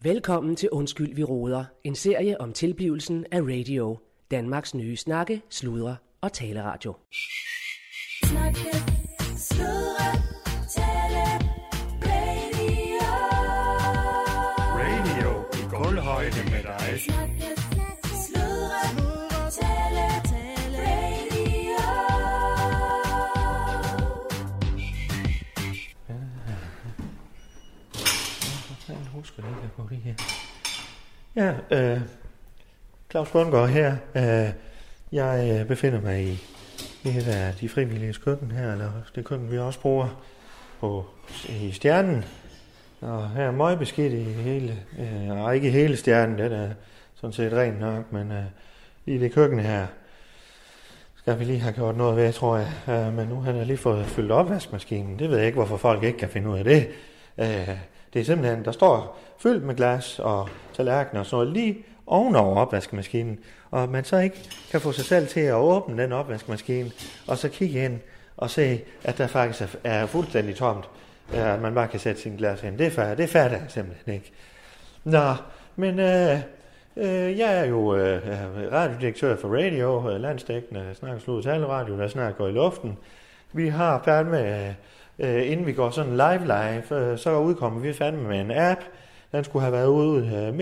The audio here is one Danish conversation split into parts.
Velkommen til Undskyld, vi råder. En serie om tilblivelsen af radio. Danmarks nye snakke, sludre og taleradio. Snakke, sludre, tale, radio. Radio i gulvhøjde med dig. Snakke, sludre, tale, radio. Jeg husker ikke på det her. Ja, Claus Bundgaard her. Jeg befinder mig i et af de frivillige køkken her, eller det køkken, vi også bruger i Stjernen. Og her er møgbeskidt i hele, og ikke hele Stjernen, det er sådan set rent nok, men i det køkken her skal vi lige have gjort noget ved, tror jeg. Men nu har jeg lige fået fyldt opvaskemaskinen. Det ved jeg ikke, hvorfor folk ikke kan finde ud af det. Det er simpelthen, der står fyldt med glas og tallerkener og sådan noget lige ovenover opvaskemaskinen, og man så ikke kan få sig selv til at åbne den opvaskemaskine, og så kigge ind og se, at der faktisk er fuldstændig tomt, at man bare kan sætte sin glas ind. Det fatter jeg simpelthen ikke. Nå, men jeg er jo radiodirektør for radio, landsdækkende snakkesludet taleradio, der snart går i luften. Vi har færdig med, inden vi går sådan live, så udkommer vi fandme med en app. Den skulle have været ude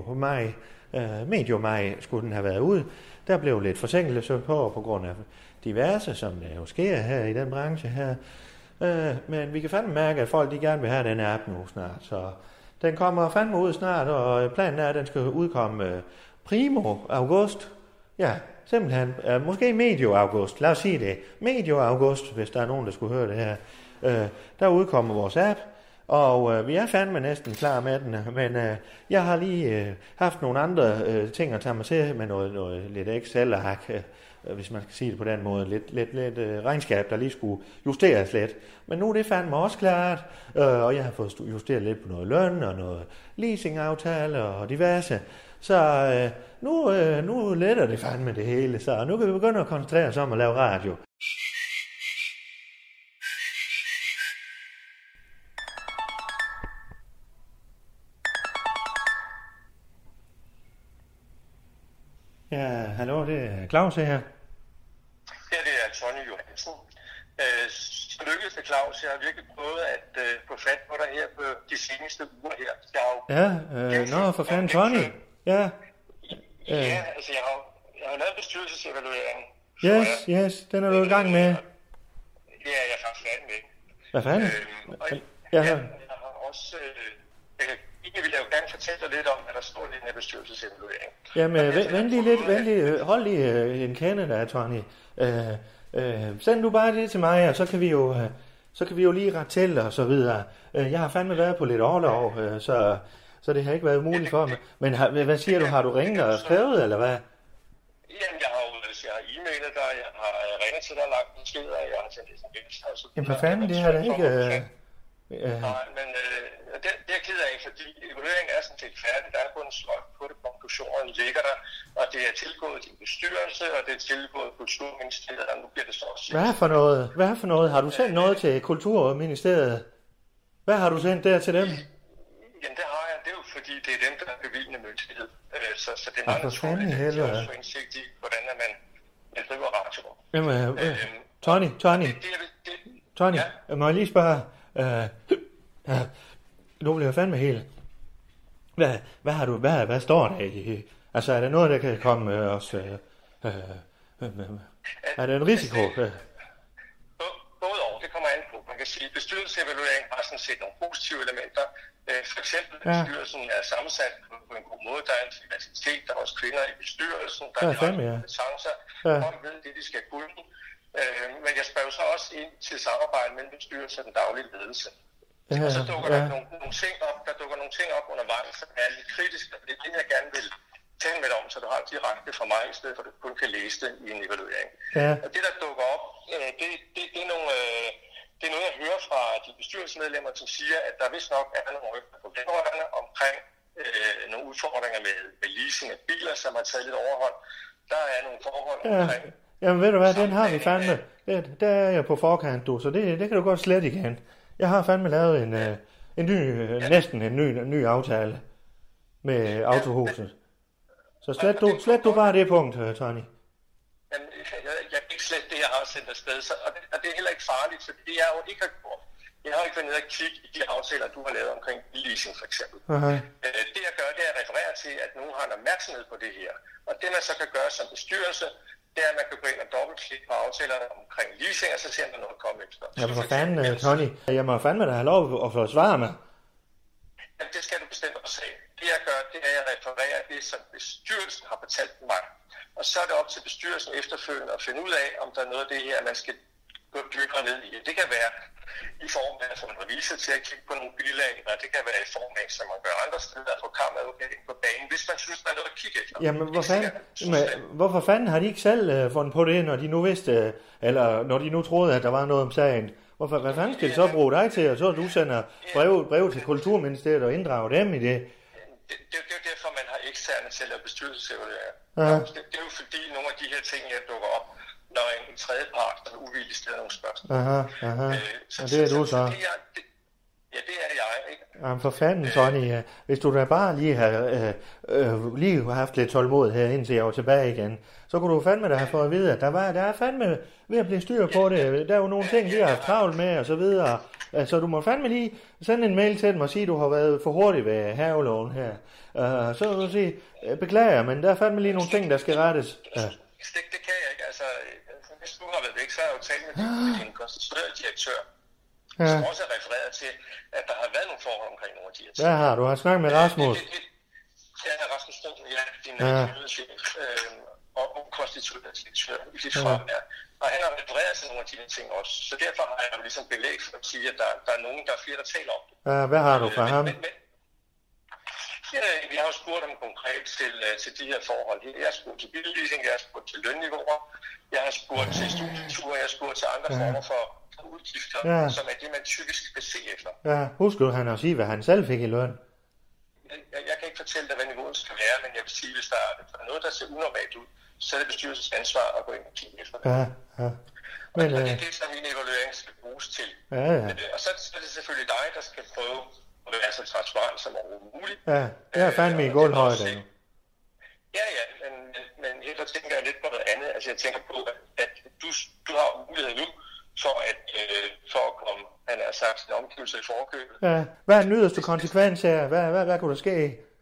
medio maj skulle den have været ude. Der blev lidt forsinkelse på grund af diverse, som der jo sker her i den branche her. Men vi kan fandme mærke, at folk de gerne vil have den app nu snart. Så den kommer fandme ud snart, og planen er, at den skal udkomme primo august. Ja, simpelthen. Måske medio august. Lad os sige det. Medio august, hvis der er nogen, der skulle høre det her. Der udkommer vores app. Og vi er fandme næsten klar med den, men jeg har lige haft nogle andre ting at tage mig til med noget lidt Excel-ark, hvis man skal sige det på den måde, lidt regnskab, der lige skulle justeres lidt. Men nu er det fandme også klart, og jeg har fået justeret lidt på noget løn og noget leasingaftaler og diverse. Så nu letter det fandme det hele, så nu kan vi begynde at koncentrere os om at lave radio. Ja, hallo, det er Claus her. Ja, det er Tony Johansen. Lykkes det, Claus. Jeg har virkelig prøvet at få fat på dig her på de seneste uger her. For fanden, Tony. Ja. Ja, altså jeg har lavet bestyrelsesevaluering. Yes, den er du i gang med. Ja, jeg er faktisk færdig med. Hvad fanden? Jeg har også... Jeg vil jo gerne fortælle dig lidt om, hvad der står i den her bestyrelsesevaluering. Jamen, hold lige en kende der, Tony. Send du bare det til mig, og så kan vi jo lige rette til og så videre. Jeg har fandme været på lidt overlov, så det har ikke været muligt for mig. Men hvad siger du? Har du ringet og skrevet, eller hvad? Jamen, jeg har e-mailet dig, jeg har ringet til dig og lagt beskeder, jeg har sendt sms. Jamen, hvad fanden, det har da ikke... Nej, men det er jeg ked af, fordi evalueringen er sådan set færdig. Der er kun en sløjt på det, konklusionen ligger der, og det er tilgået din bestyrelse, og det er tilgået Kulturministeriet, og nu bliver det så også... Hvad for noget? Har du sendt noget til Kulturministeriet? Hvad har du sendt der til dem? Jamen, det har jeg. Det er jo fordi, det er dem, der er bevilgende myndighed. Så det er meget naturligt, at de også får indsigt i, hvordan man driver radio. Jamen, Tony, må jeg lige spørge... Nu bliver jeg fandme helt... Hvad står der i? Altså, er der noget, der kan komme os... er der en risiko? Både og, det kommer an på. Man kan sige, at bestyrelsesevaluering har sådan set nogle positive elementer. For eksempel, at bestyrelsen er sammensat på en god måde. Der er en diversitet, der er også kvinder i bestyrelsen, der er kompetencer, og ved det, de skal kunne. Men jeg spørger så også ind til samarbejde mellem bestyrelsen og den daglige ledelse. Og så dukker der nogle ting op undervejs, som er lidt kritiske, og det er det, jeg gerne vil tale med dig om, så du har det direkte fra mig, i stedet for at du kun kan læse det i en evaluering. Ja. Og det, der dukker op, det er noget, jeg hører fra de bestyrelsesmedlemmer, som siger, at der vist nok er nogle problemer omkring nogle udfordringer med leasing af biler, som har taget lidt overhold. Der er nogle forhold omkring... Jamen ved du hvad, den har vi fandme. Der er jeg på forkant, du, så det kan du godt slet igen. Jeg har fandme lavet næsten en ny aftale. med autohuset. Så slet du bare det punkt, Tony. Jamen, jeg kan ikke slette det, jeg har sendt afsted, og det er heller ikke farligt, for det jeg jo ikke har gjort. Jeg har ikke været nede og kigge i de aftaler, du har lavet omkring leasing for eksempel. Det jeg gør, det er at referere til, at nogen har en opmærksomhed på det her. Og det man så kan gøre som bestyrelse, det er, at man kan gå ind og dobbeltklikke på aftalerne omkring leasing, og så ser man noget komme efter. Jamen for fanden, Tony. Jeg må fandme da have lov at få svare med. Jamen, det skal du bestemt også have. Det jeg gør, det er, at jeg refererer det, som bestyrelsen har fortalt mig. Og så er det op til bestyrelsen efterfølgende at finde ud af, om der er noget af det her, man skal gå dybere ned i. Det kan være i form af at få en revisor til at kigge på nogle bilag, og det kan være i form af, som man gør andre steder, at få kammeradvokat på banen, hvis man synes, der er noget at kigge efter. Jamen, hvorfor fanden har de ikke selv fundet på det, når de nu vidste, eller når de nu troede, at der var noget om sagen? Hvad fanden skal de så bruge dig til, og så du sender brev til Kulturministeriet og inddrager dem i det? Det er jo derfor, man har eksterne til at bestyrelsesevaluere. Det er jo fordi nogle af de her ting, jeg dukker op, når en tredje part er uvillig stiller nogle spørgsmål. Og det er du så? Ja, det er jeg, ikke? Jamen for fanden, Tony. Hvis du da bare lige har haft lidt tålmodighed, indtil jeg var tilbage igen, så kunne du fandme da have fået at vide, at der er fandme ved at blive styr på det. Der er jo nogle ting, vi har haft travlt med, og så videre. Så du må fandme lige sende en mail til dem og sige, at du har været for hurtig ved havelån her. Så vil du sige, beklager, men der er fandme lige nogle ting, der skal rettes. Det kan jeg ikke. Altså, hvis du har været væk, så har jeg jo talt med din konstituerede direktør, som også er refereret til, at der har været nogle forhold omkring nogle af de her ting. Hvad har du? Har snakket med Rasmus? Ja, Rasmus Strøm, din chef og konstituerede direktør i dit fremvær. Og han har refereret til nogle af de her ting også. Så derfor har jeg jo ligesom belæg for at sige, at der er nogen, der er flere, der taler om det. Hvad har du fra ham? Vi har jo spurgt om konkret til de her forhold. Jeg har spurgt til billeasing, jeg har spurgt til lønniveauer, jeg har spurgt til studieture, jeg har spurgt til andre former for udgifter, som er det, man typisk skal se efter. Ja, husker du han at sige, hvad han selv fik i løn? Jeg kan ikke fortælle dig, hvad niveauet skal være, men jeg vil sige, hvis der er noget, der ser unormalt ud, så er det bestyrelsens ansvar at gå ind og kigge efter det. Ja. Men, og det er det, som min evaluering skal bruges til. Ja. Og så er det selvfølgelig dig, der skal prøve at være så transparent som overhovedet muligt. Ja, det er fandme i gulvhøjde. Ja, men her tænker jeg lidt på noget andet. Altså jeg tænker på, at du har mulighed nu for at komme, han har sagt, en omgivelse i forkøbet. Ja, hvad er den yderste konsekvens her? Hvad kunne der ske?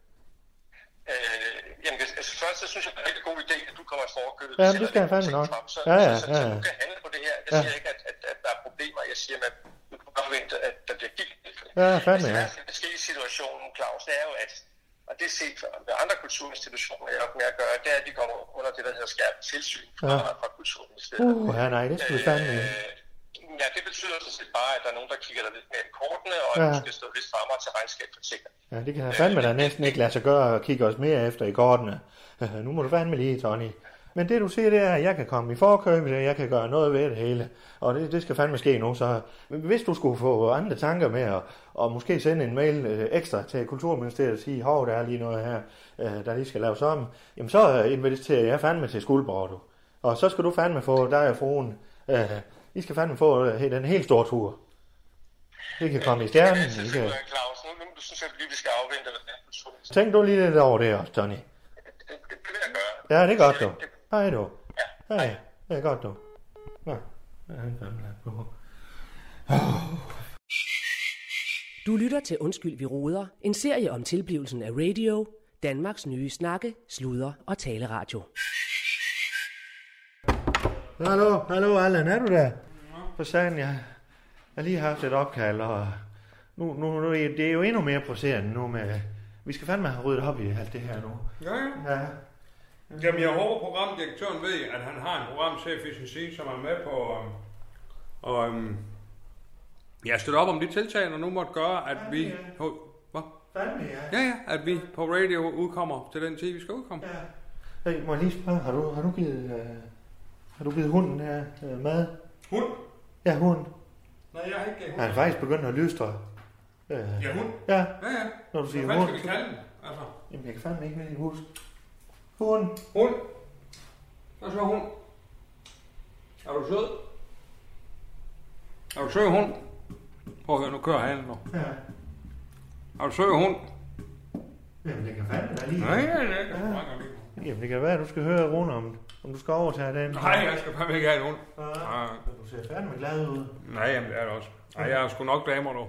Jamen, altså først så synes jeg, det er en rigtig god idé, at du kommer i forkøbet. Ja, det skal jeg fandme nok. Så du kan handle på det her. Jeg siger ikke, at der er problemer. Jeg siger, at du kan godt forvente, at der bliver kigget. Ja, fandme, ja. Altså, det sker i situationen, Claus, det er jo, at og det er set med andre kulturinstitutioner, jeg har med at gøre, det er, at de kommer under det, der hedder skærpet tilsyn fra Kulturministeriet. Nej, det skulle fandme. Ja, det betyder sådan set bare, at der er nogen, der kigger der lidt mere i kortene, og at du skal stå lidt fremmere til regnskab for tingene. Ja, det kan fandme da næsten ikke lade sig gøre at kigge os mere efter i kortene. Nu må du fandme lige, Tony. Men det du siger, det er, at jeg kan komme i forkøbet, og jeg kan gøre noget ved det hele. Og det skal fandme ske nu, så hvis du skulle få andre tanker med, og måske sende en mail ekstra til Kulturministeriet og sige, hov, der er lige noget her, der lige skal laves om, jamen så inviterer jeg fandme til Skuldborg, du. Og så skal du fandme få dig og fruen, I skal fandme få den helt store tur. Det kan komme i stjernen. Det kan Claus, nu synes jeg lige, vi skal afvente det. Tænk du lige lidt over det også, Tony. Det vil jeg gøre. Ja, det er godt, du. Hej, du. Ja, hej. Det er godt, du. Ja. Du lytter til Undskyld, vi roder, en serie om tilblivelsen af radio, Danmarks nye snakke, sludre og taleradio. Hallo, Allan, er du der? For sagen, jeg har lige haft et opkald, og nu det er jo endnu mere presserende nu med... Vi skal fandme have ryddet op i alt det her nu. Ja. Jamen, jeg håber, programdirektøren ved, at han har en programchef i sin side, som er med på... Jeg støtter op om de tiltag, der nu måtte gøre, at vi... Hvad? Fandme, ja. Ja, at vi på radio udkommer til den tid, vi skal udkomme. Ja. Hey, må jeg lige spørge, har du givet hunden her mad? Hund? Ja, hunden. Nej, jeg har ikke givet hund. Han er faktisk begyndt at lystre. Ja, hund? Ja. Når du siger hund. hund. Hvad skal vi kalde den? Altså. Jamen, jeg kan fandme ikke lige huske. Hund. Hvad så hund? Er du sød? Er du sød hund? Prøv at høre, nu kører halen nu. Ja. Er du sød hund? Jamen, det kan fandme da lige. Nej, det kan mange Jamen, det kan være, at du skal høre Rune, om du skal overtage den. Nej, jeg skal fandme ikke have nogen. Du ser fandme glad ud. Nej, jamen det er det også. Nej, jeg er sgu nok damer nu.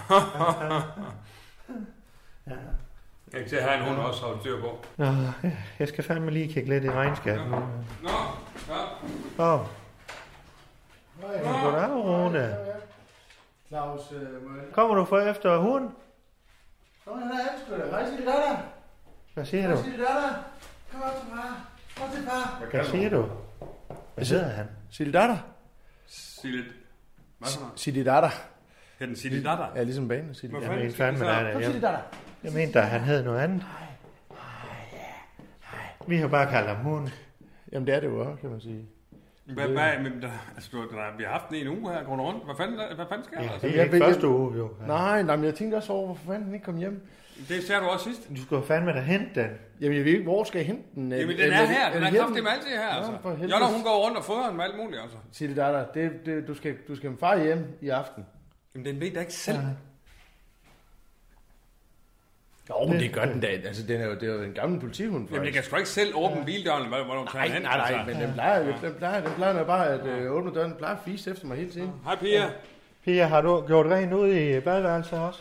Ja. Jeg kan til at have en hund også holde styr på. Nå, jeg skal fandme lige kigge lidt i regnskabet nu. Nå, ja. Goddag, Rune. Claus, Kommer du for efter hunden? Kom her, sgu da. Hej, sig det der. Hvad siger du? Sig det der. Kom op til far. Kom til far. Hvad siger du? Hvad sidder han? Sig det der. Sillet. Hvad så? Sig det der. Hed den Sillet Datter? Ja, ligesom banen. Sig det Hvad der. Jeg mente fandme, jeg mente, at han hed noget andet. Vi har bare kaldt ham hunden. Jamen, det er det jo også, kan man sige. Men vi har haft den i en uge her, går rundt. Hvad fanden sker der? Ja, Altså? det er ikke første uge, jo. Nej, men jeg tænkte også over, hvorfor fanden den ikke kom hjem. Det sagde du også sidst. Du skulle fandme da hente den. Jamen, jeg ved ikke, hvor skal jeg hente den? Jamen, den er her. Den er kraftigt altid her, altså. Jonna, hun går rundt og fodrer den med alt muligt, altså. Sig det der. Du skal med far hjem i aften. Jamen, den ved da ikke selv. Jo, men det gør den da. Altså, det er jo en gammel politihund, faktisk. Jamen, det kan sgu ikke selv åbne bildøren, hvor du tager hen. Nej, men den plejer bare at åbne døren. Den plejer at fise efter mig hele tiden. Hej, Pia. Pia, har du gjort rent ud i badeværelset også?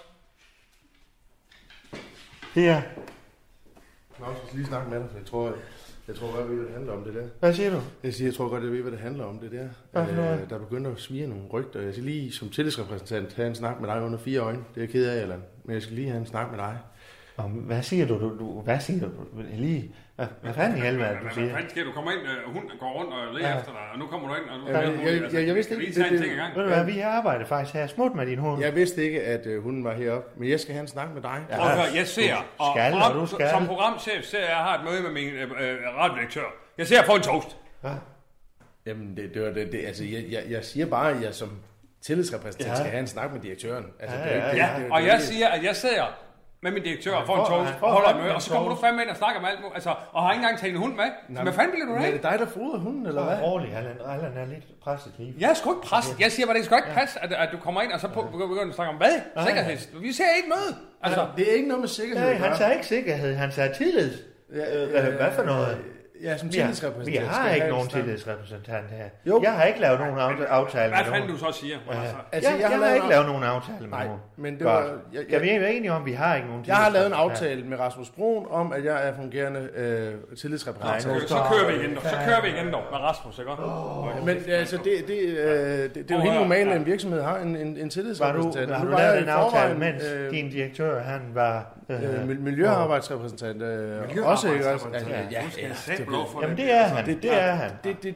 Pia, Jeg skal lige snakke med dig, for jeg tror godt, jeg ved, hvad det handler om det der. hvad siger du? Jeg tror godt, jeg ved, hvad det handler om det der. Hvad for noget? Der begynder at svire nogle rygter. Jeg skal lige som tillidsrepræsentant have en snak med dig under 4 øjne. Det er jeg ked af, Allan. Men jeg skal lige have en snak med dig. Hvad siger du? Hvad siger du? Lige. Hvad fanden i helvede, du siger? Hvad fanden sker du? Kommer ind, hun går rundt og leder efter dig, og nu kommer du ind, og nu Jeg vidste ikke, Ved du hvad, vi arbejder faktisk her smut med din hund. Jeg vidste ikke, at hunden var heroppe, men jeg skal have en snak med dig. Prøv at høre, jeg ser, Du skal. som programchef ser jeg har et møde med min radiodirektør. Jeg ser at få en toast. Ja. Jamen, altså, jeg siger bare, at jeg som tillidsrepræsentant skal have en snak med direktøren. Altså, Og jeg siger, at jeg sidder med min direktør og får en toast og holder et møde, og så kommer du fandme ind og snakker med alt muligt, altså, og har ikke engang taget en hund med. Så hvad fanden bliver du da? Er det dig, der fodrer hunden, eller hvad? Rolig, Allan er lidt presset lige. Jeg er sgu ikke presset. Jeg siger bare, det skal ikke passe, at du kommer ind, og så begynder du at snakke om hvad? Sikkerhed. Vi ser ikke møde. Altså, Det er ikke noget med sikkerhed. Nej, han sagde ikke sikkerhed, han sagde tillid. Hvad for noget? Ja, som tillidsrepræsentant. Vi har ikke nogen tillidsrepræsentant her. Jo. Jeg har ikke lavet nogen aftale med hvad fanden nogen. du så siger? Altså, Jeg har ikke lavet nogen aftale med nogen. men det var... Kan vi være enige om, at vi har ikke nogen Jeg har lavet en aftale med Rasmus Broen om, at jeg er fungerende tillidsrepræsentant. Så kører vi igen dog med Rasmus, ikke? Men altså, det er jo helt normalt, at en virksomhed har en tillidsrepræsentant. Har du lavet en aftale, mens din direktør, han var... Miljøarbejdsrepræsentant også, ikke også? Jamen det er han, det er han.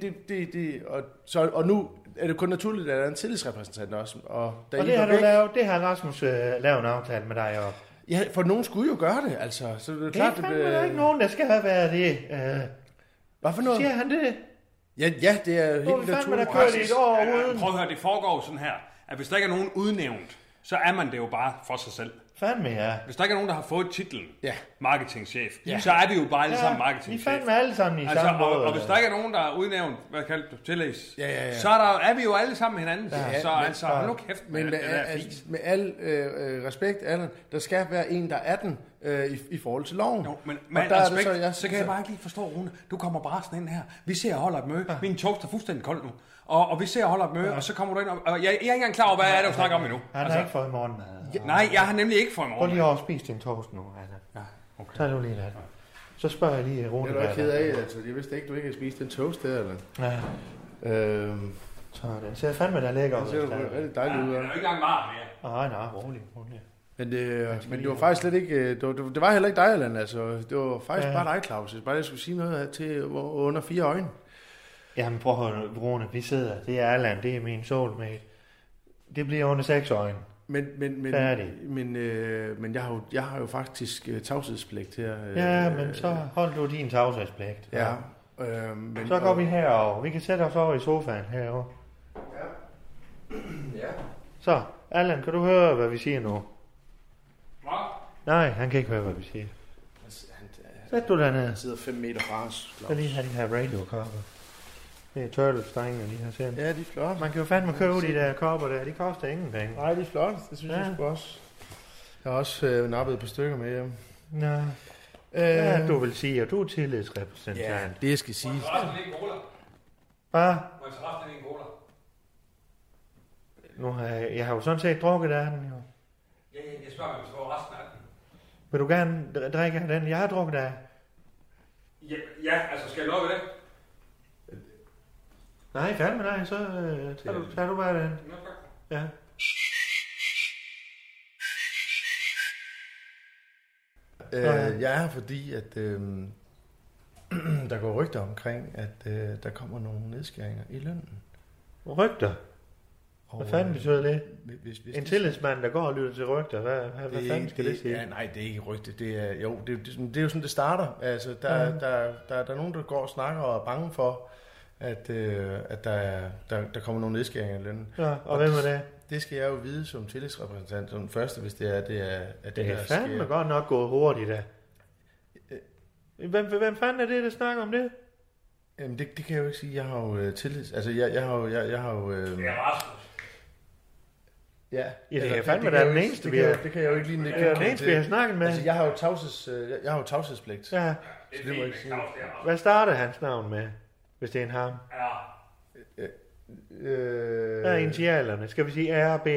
Og nu er det kun naturligt, at der er en tillidsrepræsentant også. Og det har du lavet, det har Rasmus lavet en aftale med dig om. Ja, for nogen skulle jo gøre det, altså. Så det er klart, det er fandme ikke nogen, der skal have været det. Hvad for noget? Siger han det? Ja, det er helt naturligt. Der kører i et år uden. Prøv at høre, det foregår sådan her, at hvis der ikke er nogen udnævnt, så er man det jo bare for sig selv. Fandme ja. Hvis der ikke er nogen, der har fået titlen marketingchef, Ja. så er vi jo bare alle sammen marketingchef. Vi fandme alle sammen i samme måde. Og hvis der ikke er nogen, der er udnævnt, hvad kalder du, tillægs, Ja. så er vi jo alle sammen hinanden. Så altså, hold nu kæft med Men det der fis. med al respekt, Allan, der skal være en, der er den i forhold til loven. Jo, men og der respekt, er det så kan jeg bare ikke lige forstå, Rune. Du kommer bare sådan ind her. Vi ser og holder et møde. Min toast er fuldstændig kold nu. Og vi ser og holder et møde, og så kommer du ind. Og jeg er ikke engang klar over, hvad er det, du snakker om endnu. Han har ikke fået morgenmad. Nej, jeg har nemlig ikke fået Prøv morgen. lige at spise din toast nu, Anna. Ja, okay. Så er du lige lidt. Så spørger jeg lige Rune. Det er du ikke ked af, altså. Jeg vidste ikke, du ikke havde spist den toast der, eller? Ja. Så den ser fandme der lækker ud. Det ser jo rigtig dejligt ud. Det er jo ikke engang varm mere. Nej, rolig. Men det var faktisk slet ikke... Det var heller ikke dig, Allan, altså. Det var faktisk bare dig, Claus. Jeg skulle sige noget til under 4 øjne. Jamen prøv at høre, Rune, vi sidder. Det er Allan, det er min soulmate. Det bliver under 6 øjne. Men jeg har jo faktisk tavshedspligt her. Ja, men så hold du din tavshedspligt. Ja. Så går vi herover. Vi kan sætte os over i sofaen herovre. Ja. Så, Allan, kan du høre, hvad vi siger nu? Hvad? Nej, han kan ikke høre, hvad vi siger. Sæt du dernede. Han sidder 5 meter fra os. Så lige have de her radiokopper. Det er Turtles-drengene, de har sendt. Ja, de er flotte. Man kan jo fandme købe de der kopper der. De koster ingen penge. Nej, de er flotte. Det synes jeg sgu også. Jeg har også nappet et par stykker med hjem. Nå. Ja, du vil sige, at du er tillidsrepræsentant. Ja, det jeg skal sige. Må jeg tage resten af en cola? Hvad? Må jeg tage resten af en cola? Nu har jeg har jo sådan set drukket af den, jo. Ja, jeg spørger, om jeg får resten af den. Vil du gerne drikke af den, jeg har drukket af? Ja, altså skal jeg love det? Nej, fandme nej, så tager du bare den. Nå, tak. Ja. Jeg er fordi, at der går rygter omkring, at der kommer nogle nedskæringer i lønnen. Rygter? Hvad fanden betyder det? Hvis En tillidsmand, der går og lytter til rygter, hvad fanden skal det sige? Ja, nej, det er ikke rygte. Det er jo sådan, det starter. Altså, der er nogen, der går og snakker og er bange for, at der kommer nogle nedskæringer i lønnen. Ja, og hvem er det? Det skal jeg jo vide som tillidsrepræsentant som første, hvis det er, at det er fandme godt nok gået hurtigt da. Hvem fanden er det, der snakker om det? Jamen, det kan jeg jo ikke sige. Jeg har jo tillids... Altså, jeg har jo... Det er Rasmus. Ja, det er fandme da den eneste, vi har... Det kan jeg jo ikke lige... Det er den eneste, vi har snakket med. Altså, jeg har jo tavshedspligt. Ja. Så det må jeg ikke sige. Hvad starter hans navn med, hvis det er en ham? Ja. Hvad er initialerne? Skal vi sige RB?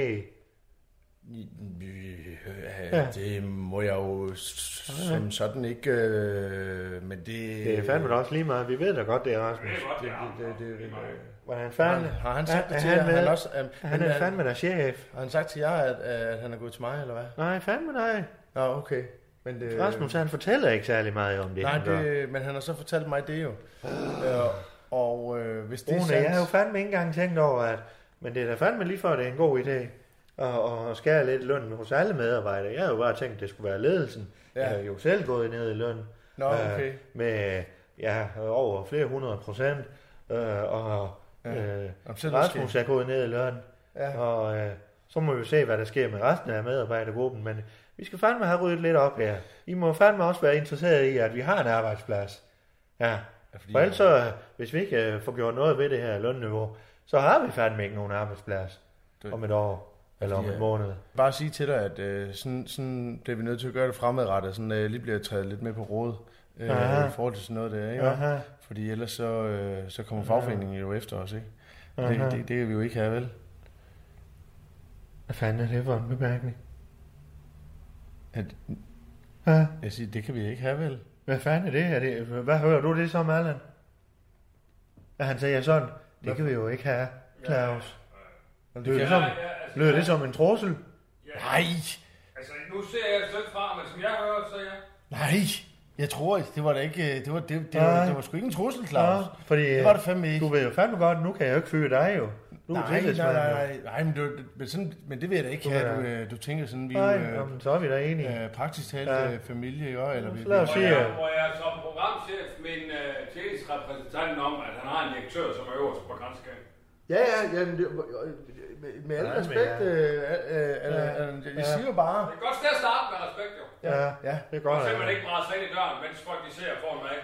Ja. Det må jeg jo som sådan ikke, men det... Det er fandme da også lige meget. Vi ved da godt, det er Rasmus. Hvordan fanden? Har han sagt det til jer? Han er fandme der chef. Har han sagt til jer, at han er gået til mig, eller hvad? Nej, fandme nej. Nå, okay. Men det, Rasmus, han fortæller ikke særlig meget om det. Nej, men han har så fortalt mig det jo. Hvis det er Rune, sandt... jeg har jo fandme ikke engang tænkt over, at... Men det er da fandme lige for, at det er en god idé. Og skære lidt løn hos alle medarbejdere. Jeg har jo bare tænkt, at det skulle være ledelsen. Ja. Jeg har jo selv gået ned i løn. Nå, okay. Med over flere 100%. Rasmus er gået ned i løn. Ja. Og så må vi se, hvad der sker med resten af medarbejdergruppen. Men vi skal fandme have ryddet lidt op her. I må fandme også være interesseret i, at vi har en arbejdsplads. Ja. For ellers så, hvis vi ikke får gjort noget ved det her lønniveau, så har vi fandme ikke nogen arbejdsplads om et år. Eller om en måned. Bare sige til dig, at sådan det er vi nødt til at gøre det fremadrettet, sådan lige bliver taget lidt med på råd i forhold til sådan noget der, ikke? Fordi ellers så kommer fagforeningen jo efter os, ikke? Det kan vi jo ikke have, vel? Hvad fanden er det for en bemærkning? Jeg siger, det kan vi ikke have, vel? Hvad fanden er det? Hvad hører du det som, Allan? At han siger sådan, det kan vi jo ikke have, Claus. Lyder det som en trussel? Ja. Nej. Altså, nu ser jeg et stykke fra, men som jeg hører, så ja. Nej, jeg tror ikke. Det var da ikke. Det var sgu ikke en trussel, Claus. Fordi det var det fandme ikke. Du ved jo fandme godt, nu kan jeg jo ikke fyre dig jo. Nej, men det vil jeg da ikke have. Du tænker sådan, vi jamen, så er vi da enige. Praktisk talt familie, jo, eller vi... Hvor jeg som programchef min tillidsrepræsentant om, at han har en direktør, som er øverst på grænsegangen. Ja, med al respekt, jeg siger jo bare... Det er godt sted at starte med respekt, jo. Ja, det er godt. Og simpelthen ikke bare sætte i døren, mens folk de ser foran mig.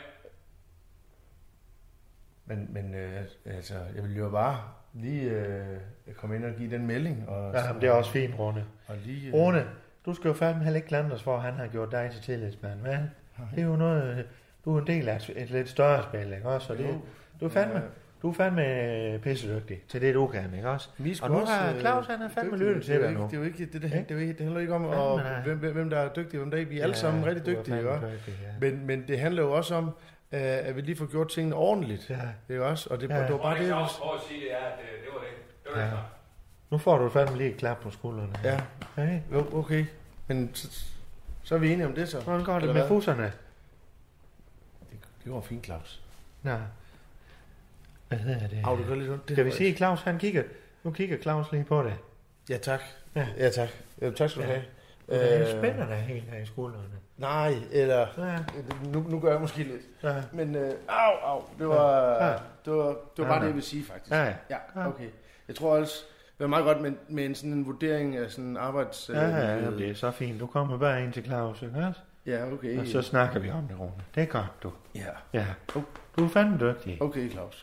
Men altså, jeg vil jo bare lige komme ind og give den melding. Og, det er også fint, Rune. Rune, du skal jo fandme heller ikke klandres for, at han har gjort dig til tillidsmand, vel? Det er jo noget... Du er en del af et lidt større spil, ikke også? Du er fandme pissedygtig til det, du kan, ikke også? Og nu har Claus, han har fandme lyttet til dig nu. Det er jo ikke det handler ikke om, hvem der er dygtig, hvem der ikke. Vi er alle sammen rigtig dygtige, ikke? Men det handler jo også om, at vi lige får gjort tingene ordentligt. Det er også, og det var bare det. Jeg prøver at sige, det var det. Det var det. Nu får du fandme lige et klap på skuldrene. Ja. Okay. Men så er vi enige om det så. Hvordan går det med fusserne? Det var fint, Claus. Nej. Hvad hedder det? Du gør lidt ondt. Skal vi sige, Claus han kigger? Nu kigger Claus lige på det. Ja, tak. Ja, tak. Tak skal du have. Det spænder da helt her i skuldrene. Nej, eller... Nu gør jeg måske lidt. Men, det var bare det, jeg ville sige, faktisk. Ja, okay. Jeg tror også, det var meget godt med sådan en vurdering af sådan en arbejds... det er så fint. Du kommer bare ind til Claus, ikke også? Ja, okay. Og så snakker vi om det, Rune. Det er godt, du. Ja. Du er fandme dygtig. Okay, Claus.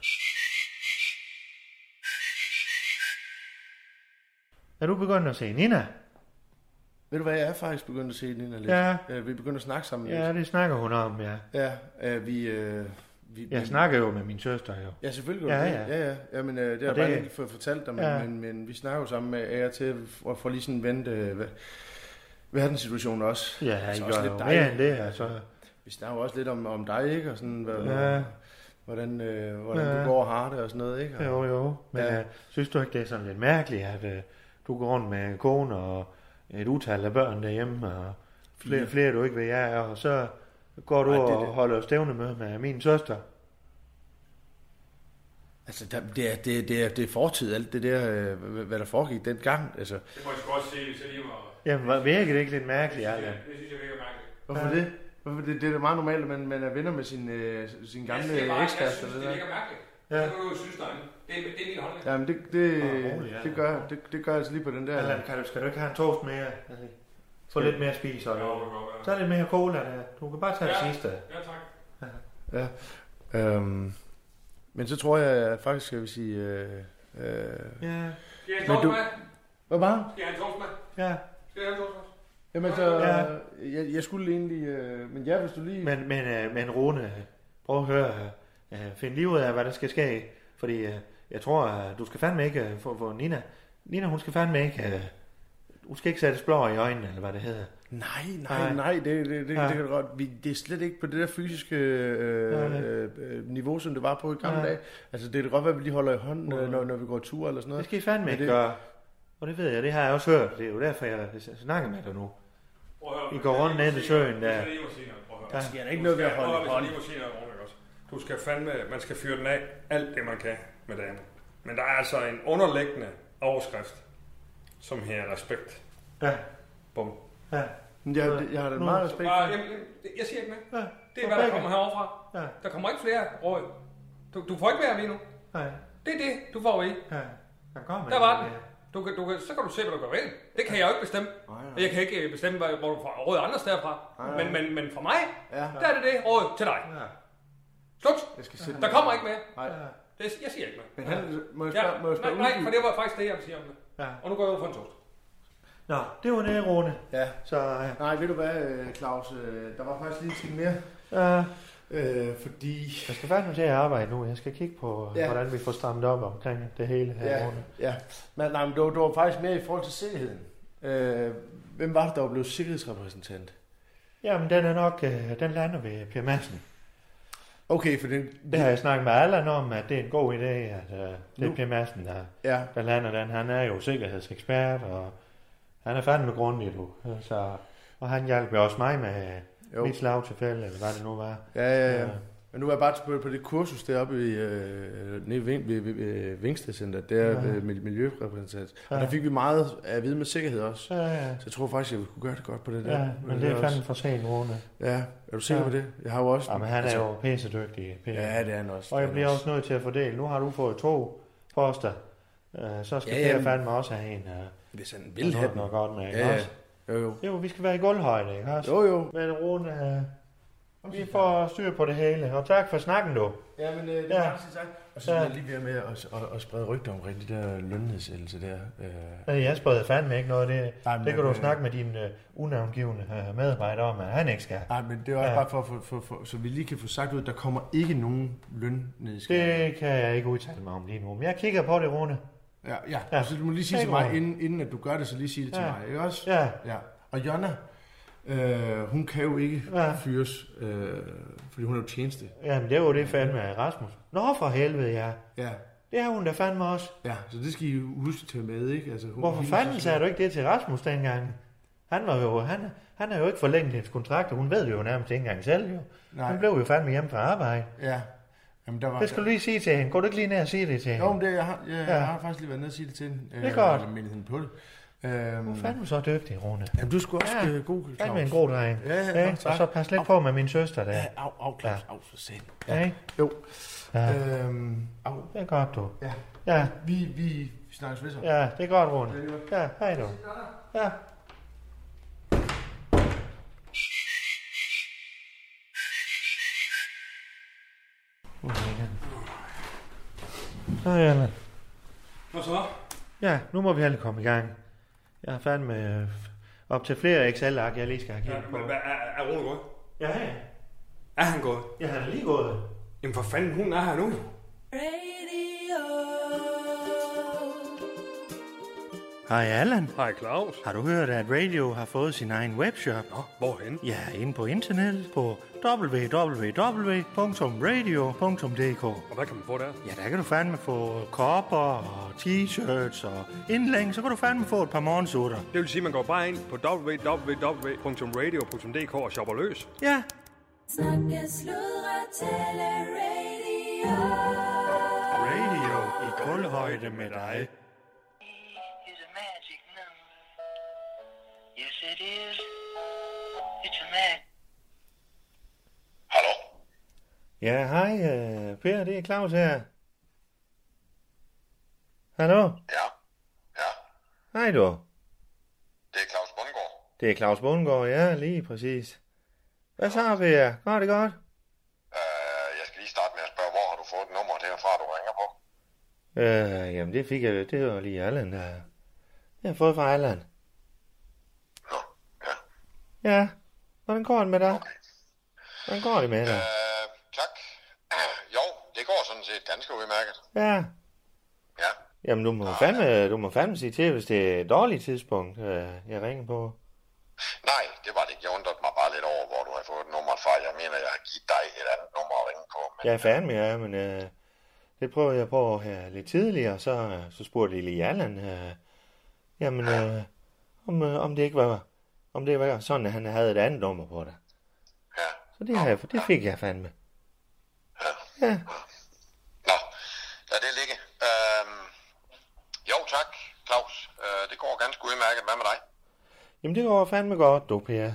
Er du begyndt at se Nina? Ved du hvad, jeg er faktisk begyndt at se Nina lidt. Ja. Vi er begyndt at snakke sammen. Ja, det snakker hun om, ja. Ja, Jeg snakker jo med min søster, jo. Ja, selvfølgelig. Ja. Ja, men det har jeg bare ikke fået fortalt dig, men vi snakker jo sammen med af og til at få lige sådan vendt verdenssituationen også. Ja, altså, I også gør lidt jo dejligt. mere end det, altså. Vi snakker jo også lidt om dig, ikke? Og sådan, hvordan du går og har det og sådan noget, ikke? Og, Jo. Men synes du ikke, det er sådan lidt mærkeligt, at du går rundt med kone og et utal af børn derhjemme, og flere du ikke ved jer, og så går du og holder stævnemøde med min søster? Altså, det er fortid, alt det der, hvad der foregik dengang, altså. Det må jeg sgu også se, hvis jeg lige var... Jamen, virker det ikke lidt mærkeligt, Allan? Det synes jeg virker mærkeligt. Hvorfor det? Det er da meget normalt, at man er venner med sin gamle ekskæreste. Jeg synes, det virker mærkeligt. Ja. Det kan du jo synes, der er min holdning. Jamen, det gør altså lige på den der. Allan, skal du ikke have en toast mere? Altså, få lidt mere spis, og tag lidt mere cola der. Du kan bare tage det sidste. Ja, tak. Ja. Men så tror jeg faktisk, jeg vil sige... Ja. Skal jeg have en toast med? Hvad var? Skal jeg have en toast med? Ja. Skal jeg have en toast med? Jamen så... Jeg skulle egentlig... Men ja, hvis du lige... Men Rune, prøv at høre. Find lige ud af, hvad der skal ske. Fordi jeg tror, du skal fandme ikke få Nina. Nina, hun skal fandme ikke... Hun skal ikke sættes blå i øjnene, eller hvad det hedder. Nej, det kan du godt. Det er slet ikke på det der fysiske niveau, som det var på i gamle dage. Altså, det er godt, at vi lige holder i hånden, når vi går tur eller sådan noget. Det skal I fandme ikke gøre. Og det ved jeg, det har jeg også hørt. Det er jo derfor, jeg snakker med dig nu. I går rundt ned i søen der. Der sker der ikke noget ved at holde i hånden. Du skal fandme, man skal fyre den af alt det, man kan med damen. Men der er altså en underliggende overskrift, som her respekt. Ja. Bum. Ja. Jeg har da meget respekt for. Jeg siger ikke mere. Ja. Det er, hvad der kommer heroverfra. Ja. Der kommer ikke flere råd. Du får ikke mere lige nu. Nej. Det er det, du får i. Ja. Der var den. Så kan du se, hvad du gør ved. Det kan jeg jo ikke bestemme. Og jeg kan ikke bestemme, hvor du får råd andre steder fra. Men for mig, der er det råd til dig. Slut. Der kommer ikke mere. Nej. Jeg siger ikke mere. Men må jeg spørge nej, for det var faktisk det, jeg vil sige om det. Ja. Og nu går jeg ud for en toast. Nå, det var det, Rune. Ja. Så, nej, ved du hvad, Claus? Der var faktisk lige en ting mere. Ja. Fordi... Jeg skal faktisk til at arbejde nu. Jeg skal kigge på, hvordan vi får strammet op omkring det hele her, Rune. Ja. Men det var faktisk mere i forhold til sikkerheden. Hvem var det, der blev sikkerhedsrepræsentant? Jamen, den er nok... den lander ved Per Madsen. Okay, for det har jeg snakket med Allan om, at det er en god idé, at det er Per Madsen, der lander den. Han er jo sikkerhedsekspert, og han er fandme grundig, du. Så, og han hjalp også mig med mit slagtilfælde, eller hvad det nu var. Ja. Men nu er jeg bare på det kursus deroppe nede ved Vingstedcenter, der miljørepræsentant. Og der fik vi meget at vide med sikkerhed også. Ja. Så jeg tror faktisk, at vi kunne gøre det godt på det der. Ja, men det er fandme for sent, Rune. Ja, er du sikker på det? Jeg har jo også... Ja, men han er jo pissedygtig. Ja, det er han også. Og jeg bliver også nødt til at fordele. Nu har du fået 2 poster. Så skal Per fandme også have en. Hvis han vil have den. Noget godt med, ikke ja. også? Jo, vi skal være i gulvhøjde, ikke også? Jo. Men Rune, vi får styr på det hele. Og tak for snakken, du. Ja, men det er faktisk tak. Og så er jeg lige ved med at sprede rygter omkring de der lønnedsættelse der. Jeg spreder fandme ikke noget. Det kan du snakke med din unavngivende medarbejder om, at han ikke skal. Nej, men det er også bare for så vi lige kan få sagt ud, at der kommer ikke nogen lønnedskæring. Det kan jeg ikke udtale mig om lige nu. Men jeg kigger på det, Rune. Ja. Så du må lige sige til mig, inden at du gør det, så lige sige det til mig, ikke også? Ja. Og Jonna, hun kan jo ikke fyres, fordi hun er jo tjeneste. Jamen, det var det fandme af Rasmus. Nå, for helvede, ja. Det har hun da fandme også. Ja, så det skal I huske at tage med, ikke? Altså, hvorfor fanden sagde du ikke det til Rasmus dengang? Han er jo ikke forlænget hendes kontrakt, og hun ved det jo nærmest ikke engang selv, jo. Nej. Han blev jo fandme hjemme fra arbejde. Ja. Jamen, det skal du lige sige til hende. Går du ikke lige ned og sige det til hende? Jo, men jeg har faktisk lige været ned og sige det til hende. Det er godt. Jeg mindede hende på det. Du er fandme så dygtig, Rune. Jamen, du skulle også god, Claus. Fandme en god dreng. Ja, og så pas lidt på med min søster der. Ja, Claus. For sent. Ja. Jo. Ja. Det er godt, du. Ja. Vi snakkes ved så. Ja, det er godt, Rune. Ja, hej du. Ja. Så Allan. Hvad så? Ja, nu må vi alle komme i gang. Jeg har fandme op til flere Excel-ark, jeg lige skal have kigget på. Men er Rune gået? Ja. Er han gået? Ja, han er lige gået. Jamen for fanden, hun er her nu. Radio. Hej Allan. Hej Claus. Har du hørt, at Radio har fået sin egen webshop? Nå, hvorhen? Ja, inde på internettet på www.radio.dk. Og hvad kan man få der? Ja, der kan du fandme få kopper og t-shirts og indlæng, så kan du fandme få et par morgensutter. Det vil sige, at man går bare ind på www.radio.dk og shopper løs. Ja. Snakke, sludre, tale, radio. Radio i kulhøjde med dig. Is a magic number. Yes, it is. It's a magic. Hallo? Ja, hej Per, det er Claus her. Hallo? Ja. Ja. Hej du. Det er Claus Bundgaard. Det er Claus Bundgaard, ja, lige præcis. Hvad så, Per? Går det godt? Jeg skal lige starte med at spørge, hvor har du fået nummeret herfra, du ringer på? Jamen det fik jeg, det var lige Allan, der. Jeg har fået fra Allan. Nå, ja. Ja, hvordan går det med dig? Okay. Hvordan går det med dig? Tak. Jo, det går sådan set ganske udmærket. Ja. Ja. Jamen du må fandme sige til, hvis det er et dårligt tidspunkt, jeg ringer på. Nej, det var det ikke. Jeg undrede mig bare lidt over, hvor du har fået nummeret fra. Jeg mener, jeg har givet dig et andet nummer at ringe på. Men, Ja, fandme ja, men det prøvede jeg på her lidt tidligere, så spurgte jeg lige Allan, jamen om det ikke var, om det var sådan, at han havde et andet nummer på dig. Ja. Så det fik jeg fandme. Ja. Ja. Nå, lad det ligge. Jo, tak, Claus. Det går ganske udmærket. Hvad med dig? Jamen det går fandme godt, du Per.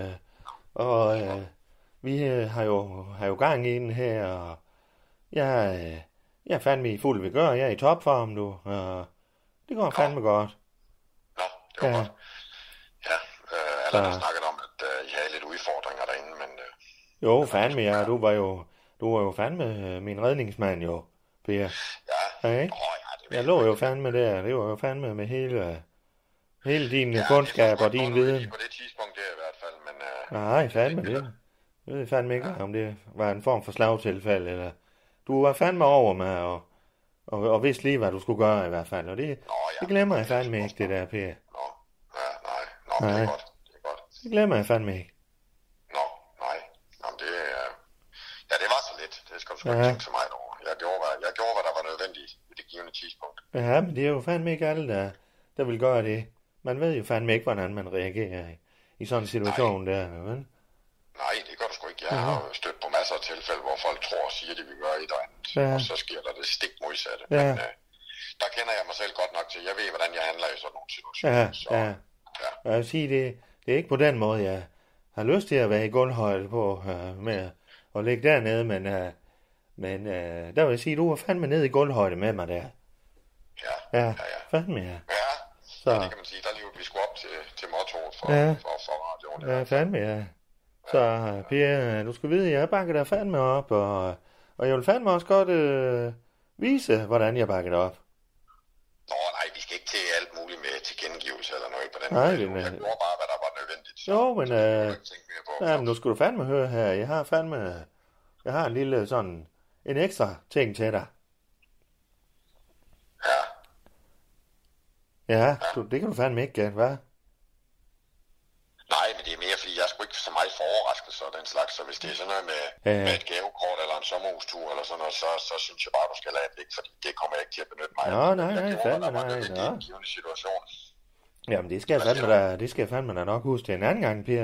Vi har jo gang i den her, og jeg er fandme i fuld vigør. Jeg er i topform, du. Det går fandme godt. Nå, det var Ja. godt. Ja, Allan har snakket om, at I havde lidt udfordringer derinde, men... Jo, fandme ja. Du var jo fandme min redningsmand, jo, Per. Ja, Ja, ikke? det Jeg lå jo fandme der. Det var jo fandme med hele din kundskab og din viden. På det tidspunkt der i hvert fald, men... Nej, fandme det. Jeg ved fandme ikke, om det var en form for slagtilfælde, eller... Du var fandme over mig, og vidste lige, hvad du skulle gøre i hvert fald, og det glemmer jeg fandme ikke, det der, Per. Nå, ja, nej. Nå, det er godt. Det er godt. Det glemmer jeg fandme ikke. Nå, nej. Nå, men det ja, det var så lidt. Det skal du sgu ikke tænke så meget over. Jeg gjorde, hvad der var nødvendigt i det givende tidspunkt. Ja, men det er jo fandme ikke alle, der vil gøre det. Man ved jo fandme ikke, hvordan man reagerer i sådan en situation der, vel? Nej, det gør du sgu ikke. Jeg har jo stødt på masser af tilfælde, hvor folk tror og siger, at de vil gøre et og andet. Ja. Og så sker der det stik modsatte. Ja. Men der kender jeg mig selv godt nok til. Jeg ved, hvordan jeg handler i sådan nogle situationer. Ja. Jeg vil sige, det er ikke på den måde, jeg har lyst til at være i gulvhøjde på med at ligge dernede, men der vil jeg sige, du var fandme nede i gulvhøjde med mig der. Ja. Fandme ja. Ja, så. det kan man sige. Der levede vi sgu op til mottoet for radioen. Ja, fandme ja. Så Per, du skal vide, jeg bakker dig fandme op, og jeg vil fandme også godt vise, hvordan jeg bakker dig op. Nå, nej, vi skal ikke til alt muligt med tilkendegivelse eller noget på den Nej, måde. Jeg gjorde bare, hvad der var nødvendigt. Så jo, men men nu skal du fandme høre her. Jeg har en lille sådan, en ekstra ting til dig. Ja, det kan du fandme ikke gætte, hvad? Nej, men det er mere, fordi jeg er sgu ikke så meget for overraskelser og den slags, så hvis det er sådan noget med et gavekort eller en sommerhustur eller sådan noget, så synes jeg bare, du skal lade det, fordi det kommer jeg ikke til at benytte mig af. Nej, fandme nej. Det er en givende situation. Jamen, det skal jeg fandme da nok huske til en anden gang, Per.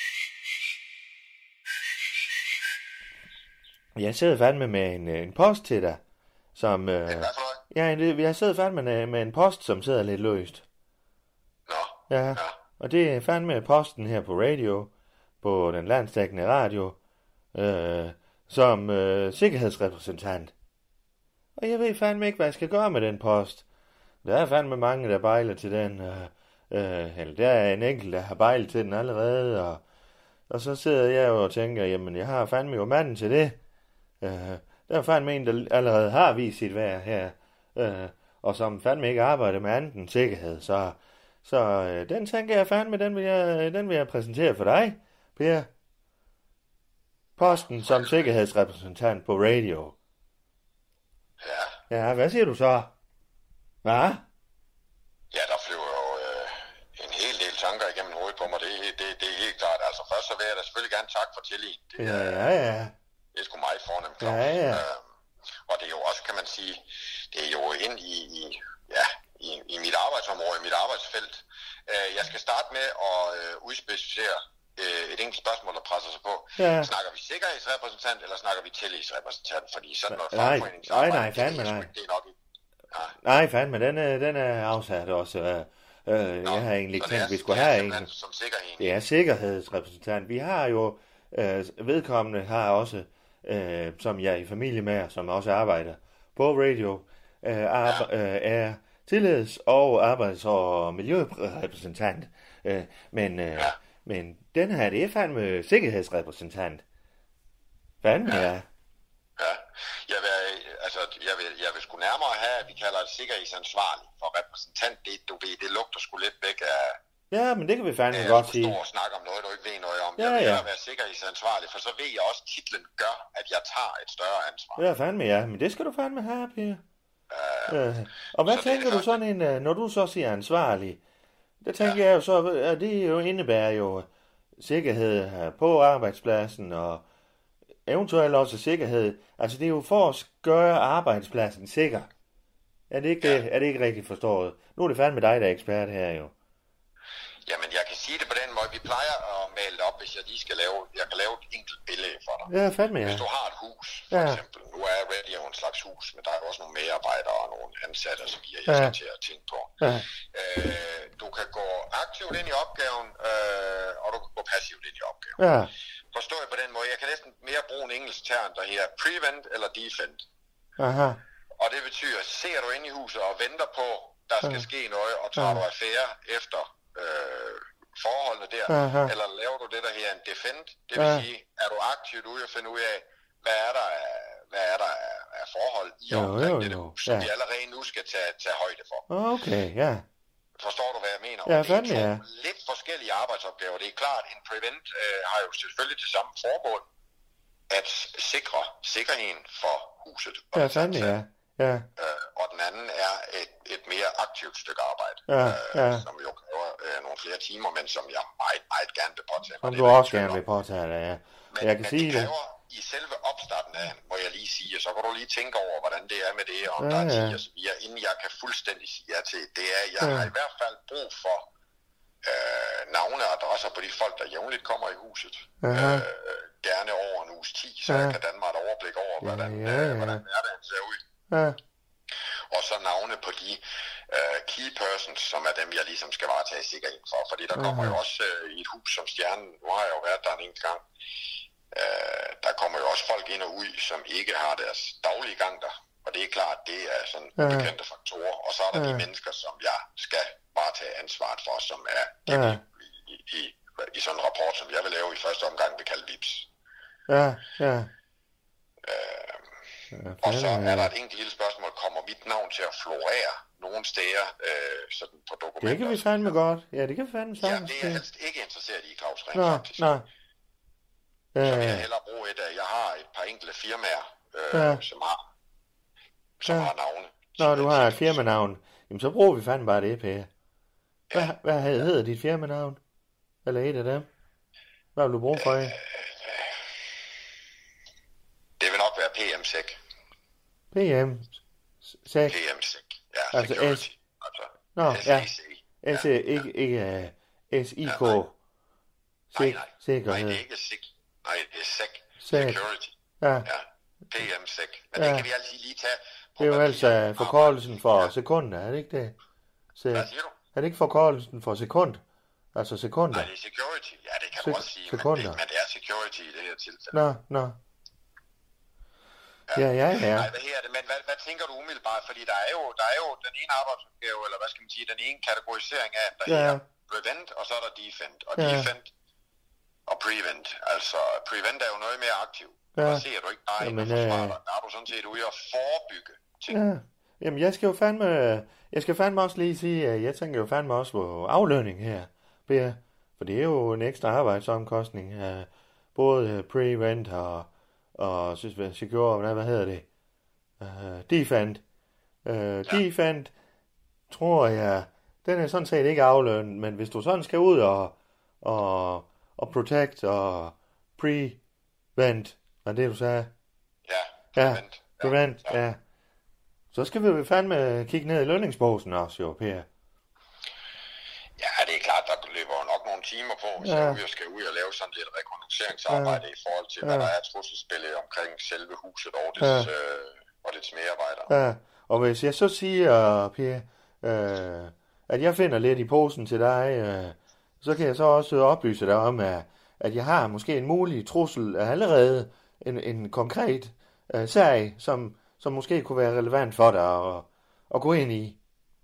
Jeg sidder fandme med en post til dig, som... jeg sidder fandme med en post, som sidder lidt løst. Nå, ja. Og det er fandme posten her på radio, på den landsdækkende radio, som sikkerhedsrepræsentant. Og jeg ved fandme ikke, hvad jeg skal gøre med den post. Der er fandme mange, der bejler til den. Eller der er en enkelt, der har bejlet til den allerede. Og så sidder jeg jo og tænker, jamen jeg har fandme jo manden til det. Der er fandme en, der allerede har vist sit værd her. Og som fandme ikke arbejder med andet end sikkerhed, Så den tænker jeg fandme, den vil jeg præsentere for dig, Per. Posten som sikkerhedsrepræsentant på radio. Ja. Ja, hvad siger du så? Hvad? Ja, der flyver jo en hel del tanker igennem hovedet på mig. Det er helt klart. Altså først så vil jeg da selvfølgelig gerne takke for tilliden. Ja. Det er sgu meget fornemt, Claus. Ja. Og det er jo også, kan man sige, det er jo ind i mit arbejdsområde, mit arbejdsfelt. Jeg skal starte med at udspecificere et enkelt spørgsmål, der presser sig på. Ja. Snakker vi sikkerhedsrepræsentant, eller snakker vi tillidsrepræsentant? Fordi sådan noget Nej, fagforeningsarbejde, fandme det er nej. sgu ikke nok. Nej, fandme, den er afsat også. Jeg har egentlig ikke tænkt, at vi skulle have en. Som sikkerhed. Det er sikkerhedsrepræsentant. Vi har jo, vedkommende har også, som jeg er i familie med, som også arbejder på radio, er tillids- og arbejds- og miljørepræsentant. Men den her, det er fandme sikkerhedsrepræsentant. Fandme, ja. Ja, jeg vil sgu nærmere have, at vi kalder det sikkerhedsansvarlig, for repræsentant, det lugter sgu lidt væk af... Ja, men det kan vi fandme godt sige. At du står og snakker om noget, du ikke ved noget om. Ja, jeg vil være sikkerhedsansvarlig, for så ved jeg også, at titlen gør, at jeg tager et større ansvar. Ja, fandme, ja. Men det skal du fandme have, Per. Og hvad tænker du sådan en, når du så siger ansvarlig? Der tænker jeg jo så, at det jo indebærer jo sikkerhed på arbejdspladsen, og eventuelt også sikkerhed. Altså det er jo for at gøre arbejdspladsen sikker. Er det ikke rigtigt forstået? Nu er det fandme dig, der er ekspert her jo. Jamen, jeg kan sige det på den måde. Vi plejer at male op, hvis jeg lige skal jeg kan lave et enkelt billede for dig. Ja, fandme, ja. Hvis du har et hus, for eksempel. Nu er radio en slags hus, men der er jo også nogle medarbejdere og nogle ansatte, som jeg skal til at tænke på. Ja. Du kan gå aktivt ind i opgaven, og du kan gå passivt ind i opgaven. Ja. Forstår jeg på den måde. Jeg kan næsten mere bruge en engelsk term, der her prevent eller defend. Aha. Og det betyder, ser du ind i huset og venter på, der skal ske noget, og tager du affære efter forholdene der, eller laver du det der her en defend, det vil sige, er du aktivt ude og finde ud af, hvad er der af forhold i omkring det hus, som vi allerede nu skal tage højde for. Okay, ja. Forstår du, hvad jeg mener? Ja, det er lidt forskellige arbejdsopgaver. Det er klart, en prevent har jo selvfølgelig til samme formål at sikre sikkerheden for huset. Ja, fandme, ja. Ja. Og den anden er et mere aktivt stykke arbejde, som jo kræver nogle flere timer, men som jeg meget, meget gerne vil påtage mig. Som du også gerne vil påtage dig, ja. Men det kræver i selve opstarten af, må jeg lige sige, så kan du lige tænke over, hvordan det er med det, om der er 10 og så videre, inden jeg kan fuldstændig sige ja til. Det er, jeg har i hvert fald brug for navne og adresser på de folk, der jævnligt kommer i huset. Gerne over en uges 10, så jeg kan danne mig et overblik over, hvordan hverdagen ser ud. Ja. Og så navne på de key persons, som er dem, jeg ligesom skal varetage sikkerhed for. Fordi der kommer jo også i et hus som Stjernen, nu har jeg jo været der en gang, der kommer jo også folk ind og ud, som ikke har deres daglige gang der. Og det er klart, det er sådan bekendte faktorer. Og så er der de mennesker, som jeg skal varetage ansvaret for, som er i sådan en rapport, som jeg vil lave i første omgang, vi kalder VIPS. Og så er der et enkelt lille spørgsmål. Kommer mit navn til at florere nogle steder sådan på dokumenter? Det kan vi fandme godt. Ja, det kan vi fandme sagtens. Ja, det er jeg helst ikke interesseret i, Claus, rent faktisk. Nej. Så vil jeg hellere bruge jeg har et par enkelte firmaer, som har navne. Når du har et firmanavn, jamen så bruger vi fandme bare det, Per. Hvad hedder dit firmanavn? Eller et af dem? Hvad vil du bruge for jer? Det vil nok være PMSEC. PMSEC? PMSEC, ja, altså security. Altså, ikke SIK. Nej, det er ikke SIK. Nej, det er SEC. Security. Ja. PMSEC. Men det kan vi altid lige tage. Det er jo altså forkortelsen for sekunder, er det ikke det? Hvad siger du? Er det ikke forkortelsen for sekund? Altså sekunder? Nej, det er security. Ja, det kan du også sige. Men det er security i det her tilfælde. Nå. Ja. Nej, hvad her er det? Men hvad tænker du umiddelbart? Fordi der er jo den ene arbejdsopgave, eller hvad skal man sige, den ene kategorisering af, der er prevent, og så er der defend. Og defend og prevent. Altså, prevent er jo noget mere aktiv. Der ser du ikke bare ind og forsvarer dig. Der er du sådan set ude og forebygge ting. Jamen, jeg skal fandme også lige sige, at jeg tænker jo fandme også på aflønning her, Per. For det er jo en ekstra arbejdsomkostning. Både Prevent og Secure, hvad hedder det? Defend. Defend, tror jeg, den er sådan set ikke aflønnet, men hvis du sådan skal ud og protect og prevent, hvad det du sagde? Ja, prevent, ja. Så skal vi jo fandme kigge ned i lønningsposen også, jo, Per. Ja, det er klart, der løber nok nogle timer på, hvis jeg skal ud og lave sådan lidt rekognosceringsarbejde i forhold til, hvad der er trusselsbillede omkring selve huset og dets medarbejdere. Ja, og hvis jeg så siger, Per, at jeg finder lidt i posen til dig, så kan jeg så også oplyse dig om, at jeg har måske en mulig trussel allerede, en konkret sag, som måske kunne være relevant for dig at gå ind i.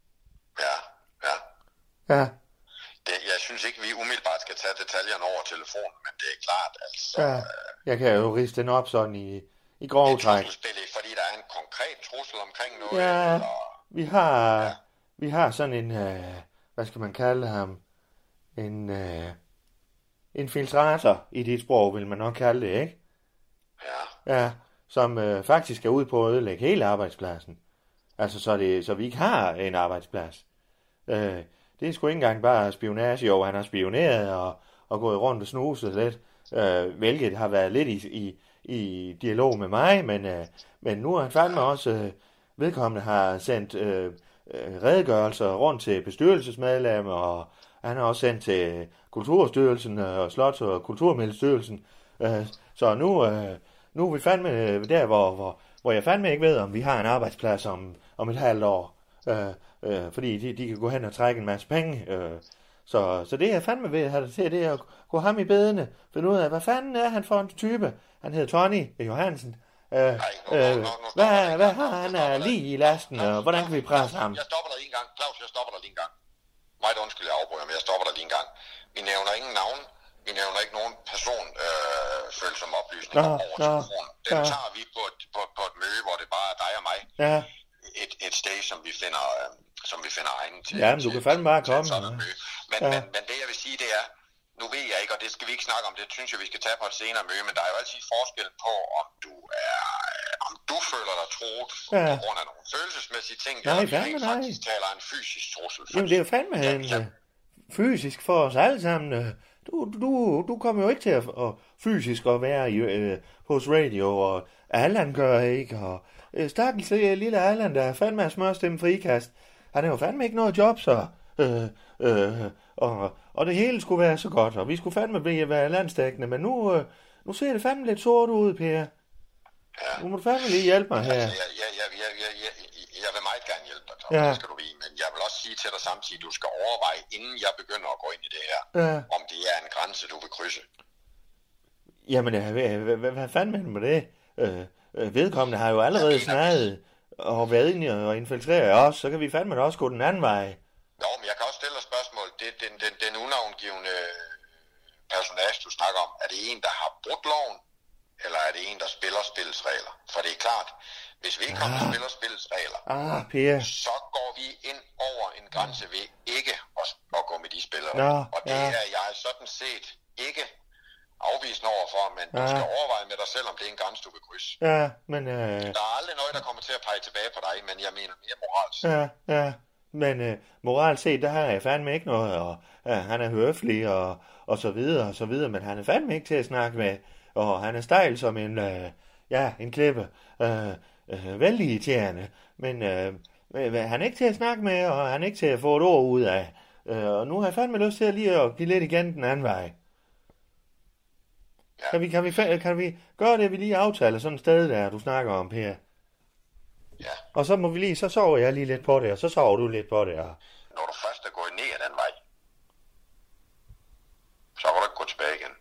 Ja. Jeg synes ikke, vi umiddelbart skal tage detaljerne over telefonen, men det er klart, altså... Ja, jeg kan jo riste den op sådan i grove træk. Fordi der er en konkret trussel omkring noget? Ja, eller... vi har sådan en, hvad skal man kalde ham, en infiltrator i dit sprog, vil man nok kalde det, ikke? Ja, som faktisk er ude på at ødelægge hele arbejdspladsen. Altså, så vi ikke har en arbejdsplads. Det er sgu ikke engang bare spionage. Jo, han har spioneret og gået rundt og snuset lidt, hvilket har været lidt i dialog med mig, men nu er han fandme også, vedkommende har sendt redegørelser rundt til bestyrelsesmedlemmer, og han har også sendt til Kulturstyrelsen og Slots- og Kulturmiddelstyrelsen. Så nu er vi fandme der, hvor jeg fandme ikke ved, om vi har en arbejdsplads om et halvt år. Fordi de kan gå hen og trække en masse penge. Så det jeg fandme ved at have det til, det er at gå ham i bedene, finde ud af, hvad fanden er han for en type? Han hedder Tony Johansen. Hvad har han lige i lasten, og hvordan kan vi presse ham? Jeg stopper dig lige en gang. Claus, jeg stopper dig lige en gang. Meget undskyld, jeg afbryder, men jeg stopper dig lige en gang. Vi nævner ingen navn. Vi nævner ikke nogen personfølsom oplysninger over telefonen. Den tager vi på et møde, hvor det bare er dig og mig. Ja. Et sted, som vi finder egnet til. Ja, men du kan fandme bare komme. Men det jeg vil sige, det er, nu ved jeg ikke, og det skal vi ikke snakke om, det synes jeg, vi skal tage på et senere møde, men der er jo altid forskel på, om du føler dig troet på grund af nogle følelsesmæssige ting, eller vi faktisk taler en fysisk trussel. Jamen, det er jo fandme fysisk for os alle sammen. Du kommer jo ikke til at fysisk at være hos radio, og Allan gør ikke, og stakkels lille Allan, der er fandme af smørstemme frikast. Han er jo fandme ikke noget job, så... Og det hele skulle være så godt, og vi skulle fandme være landsdækkende, men nu ser det fandme lidt sort ud, Per. Nu må du fandme lige hjælpe mig her. Jeg vil meget gerne hjælpe dig, Tom, det skal du vide, men jeg vil også sige til dig samtidig, du skal overveje, inden jeg begynder at gå ind i det her, om det er en grænse, du vil krydse. Jamen, hvad fanden med det? Vedkommende har jo allerede snakket og været inde og infiltrere os, så kan vi fandme også gå den anden vej. Nå, men jeg kan også stille dig spørgsmål. Den unavngivende personage, du snakker om, er det en, der har brudt loven, eller er det en, der spiller spillets regler? For det er klart, hvis vi ikke har spiller spillets regler, så går vi ind over en grænse ved ikke at gå med de spillere. Og det er jeg sådan set ikke afvisende overfor, men du skal overveje med dig selv, om det er en grænse, du vil krydse. Ja, men... Der er aldrig noget, der kommer til at pege tilbage på dig, men jeg mener mere moralsk. Ja. Men moralt set, der har jeg fandme ikke noget, og han er høflig, og så videre, men han er fandme ikke til at snakke med, og han er stejl som en klippe, vældig irriterende, men han er ikke til at snakke med, og han er ikke til at få et ord ud af, og nu har jeg fandme lyst til lige at give lidt igen den anden vej. Ja. Kan vi gøre det, vi lige aftaler sådan et sted der, du snakker om, Per? Ja. Og så så sover jeg lige lidt på det, og så sover du lidt på det. Og... Når du først er gået ned ad den vej, så kan du ikke gå tilbage igen.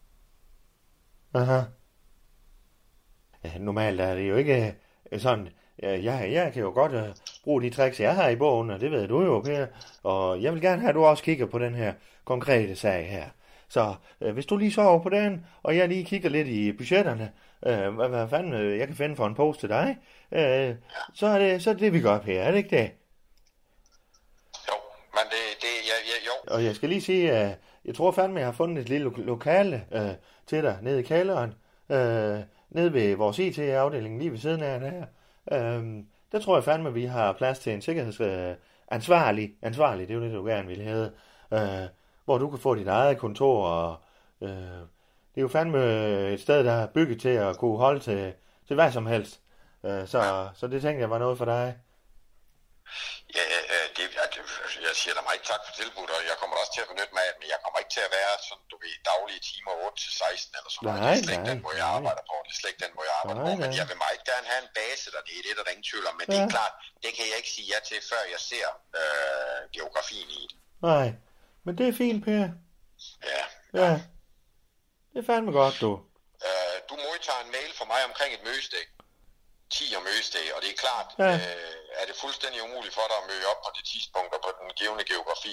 Aha. Ja, normalt er det jo ikke sådan, jeg kan jo godt bruge de tricks, jeg har i bogen, og det ved du jo, Per. Og jeg vil gerne have, at du også kigger på den her konkrete sag her. Så hvis du lige sover på den, og jeg lige kigger lidt i budgetterne, hvad fanden jeg kan finde for en post til dig, så er det, vi gør, Per. Er det ikke det? Jo, men jo. Og jeg skal lige sige, at jeg tror fandme, jeg har fundet et lille lokale til dig nede i kælderen, nede ved vores IT-afdeling lige ved siden af der. Der tror jeg fandme, vi har plads til en sikkerhedsansvarlig. Ansvarlig, det er jo det, du gerne vil have. Hvor du kan få dit eget kontor. Og, det er jo fandme et sted, der er bygget til at kunne holde til hvad som helst. Så det tænkte jeg var noget for dig. Ja, jeg siger dig meget tak for tilbuddet, og jeg kommer også til at benytte mig af det, men jeg kommer ikke til at være sådan, du ved, daglige timer 8-16 eller sådan noget. Det er slet ikke den måde, jeg arbejder på. Det er slet ikke den måde, jeg arbejder på. Men jeg vil meget gerne have en base dernede, det er der ingen tvivl om. Men det er klart, det kan jeg ikke sige ja til, før jeg ser geografien i det. Nej, men det er fint, Per. Ja. Det er fandme godt, du. Du modtager en mail fra mig omkring et mødested. 10 og mødested, og det er klart, er det fuldstændig umuligt for dig at møde op på de tidspunkter på den givne geografi.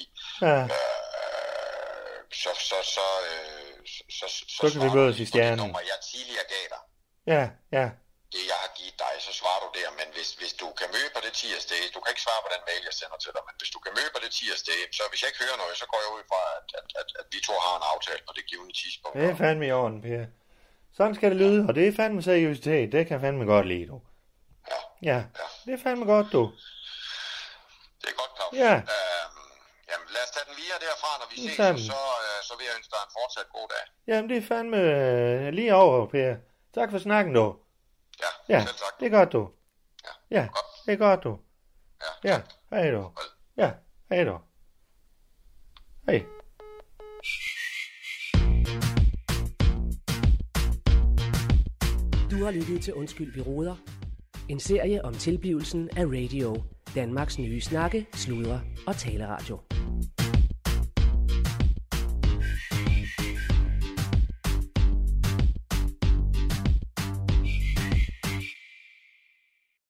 Så kan vi mødes i stjernen. Det nummer, jeg tidligere gav dig. Ja. Det, jeg har givet dig, så svarer du der. Men hvis du kan møde på det tirsdag, du kan ikke svare på den mail, jeg sender til dig, men hvis du kan møde på det tirsdag, så hvis jeg ikke hører noget, så går jeg ud fra, at vi to har en aftale på det givne tidspunkt. Det er fandme i orden, Per. Sådan skal det lyde, og det er fandme seriøsitet. Det kan jeg fandme godt lide, du. Ja. Det er fandme godt, du. Det er godt, Claus. Ja. Jamen, lad os tage den videre derfra, når vi ses, så vil jeg ønske dig en fortsat god dag. Jamen, det er fandme lige over, Per. Tak for snakken, du. Ja, selv tak. Det er godt, du. Ja, godt. Det er godt, du. Ja, hej du. Vel. Ja, hej du. Hej. Du har lyttet til Undskyld, vi roder. En serie om tilblivelsen af radio. Danmarks nye snakke, sludre og taleradio.